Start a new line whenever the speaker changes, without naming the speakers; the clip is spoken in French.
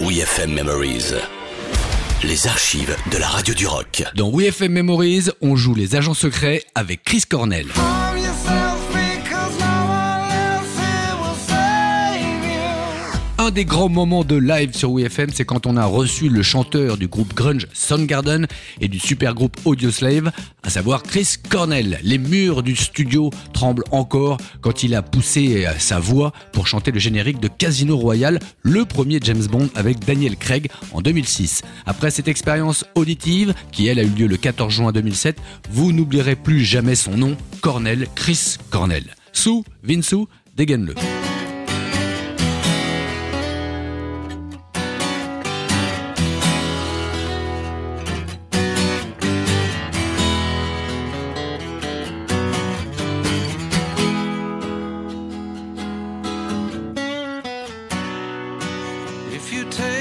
WeFM Memories. Les archives de la radio du rock.
Dans WeFM Memories, on joue les agents secrets avec Chris Cornell. Un des grands moments de live sur WeFM, c'est quand on a reçu le chanteur du groupe grunge Soundgarden et du super groupe Audioslave, à savoir Chris Cornell. Les murs du studio tremblent encore quand il a poussé sa voix pour chanter le générique de Casino Royale, le premier James Bond avec Daniel Craig en 2006. Après cette expérience auditive, qui elle a eu lieu le 14 juin 2007, vous n'oublierez plus jamais son nom, Cornell, Chris Cornell. Sue, Vinsou, dégaine-le.
If you take